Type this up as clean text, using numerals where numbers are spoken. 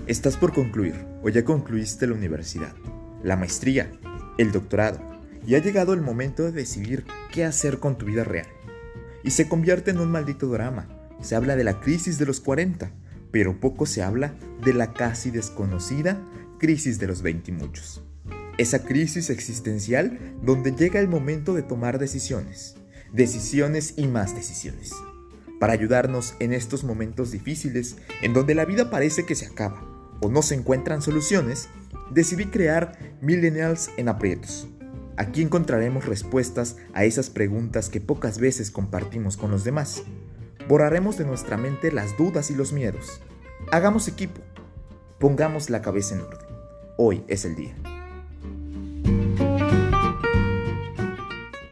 Estás por concluir o ya concluiste la universidad, la maestría, el doctorado y ha llegado el momento de decidir qué hacer con tu vida real. Y se convierte en un maldito drama. Se habla de la crisis de los 40, pero poco se habla de la casi desconocida crisis de los 20 y muchos. Esa crisis existencial donde llega el momento de tomar decisiones y más decisiones. Para ayudarnos en estos momentos difíciles, en donde la vida parece que se acaba o no se encuentran soluciones, decidí crear Millennials en Aprietos. Aquí encontraremos respuestas a esas preguntas que pocas veces compartimos con los demás. Borraremos de nuestra mente las dudas y los miedos. Hagamos equipo. Pongamos la cabeza en orden. Hoy es el día.